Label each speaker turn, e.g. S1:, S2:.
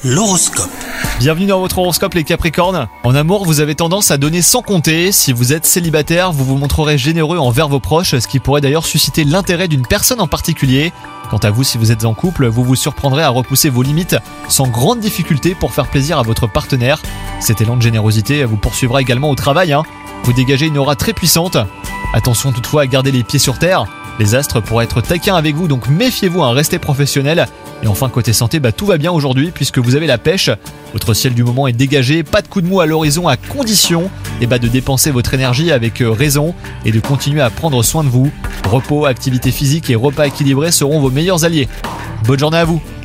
S1: L'horoscope.
S2: Bienvenue dans votre horoscope les Capricornes. En amour, vous avez tendance à donner sans compter. Si vous êtes célibataire, vous vous montrerez généreux envers vos proches, ce qui pourrait d'ailleurs susciter l'intérêt d'une personne en particulier. Quant à vous, si vous êtes en couple, vous vous surprendrez à repousser vos limites sans grande difficulté pour faire plaisir à votre partenaire. Cet élan de générosité vous poursuivra également au travail. Vous dégagez une aura très puissante. Attention toutefois à garder les pieds sur terre. Les astres pourraient être taquins avec vous, donc méfiez-vous, restez professionnel. Et enfin côté santé, tout va bien aujourd'hui puisque vous avez la pêche. Votre ciel du moment est dégagé, pas de coup de mou à l'horizon à condition de dépenser votre énergie avec raison et de continuer à prendre soin de vous. Repos, activité physique et repas équilibrés seront vos meilleurs alliés. Bonne journée à vous.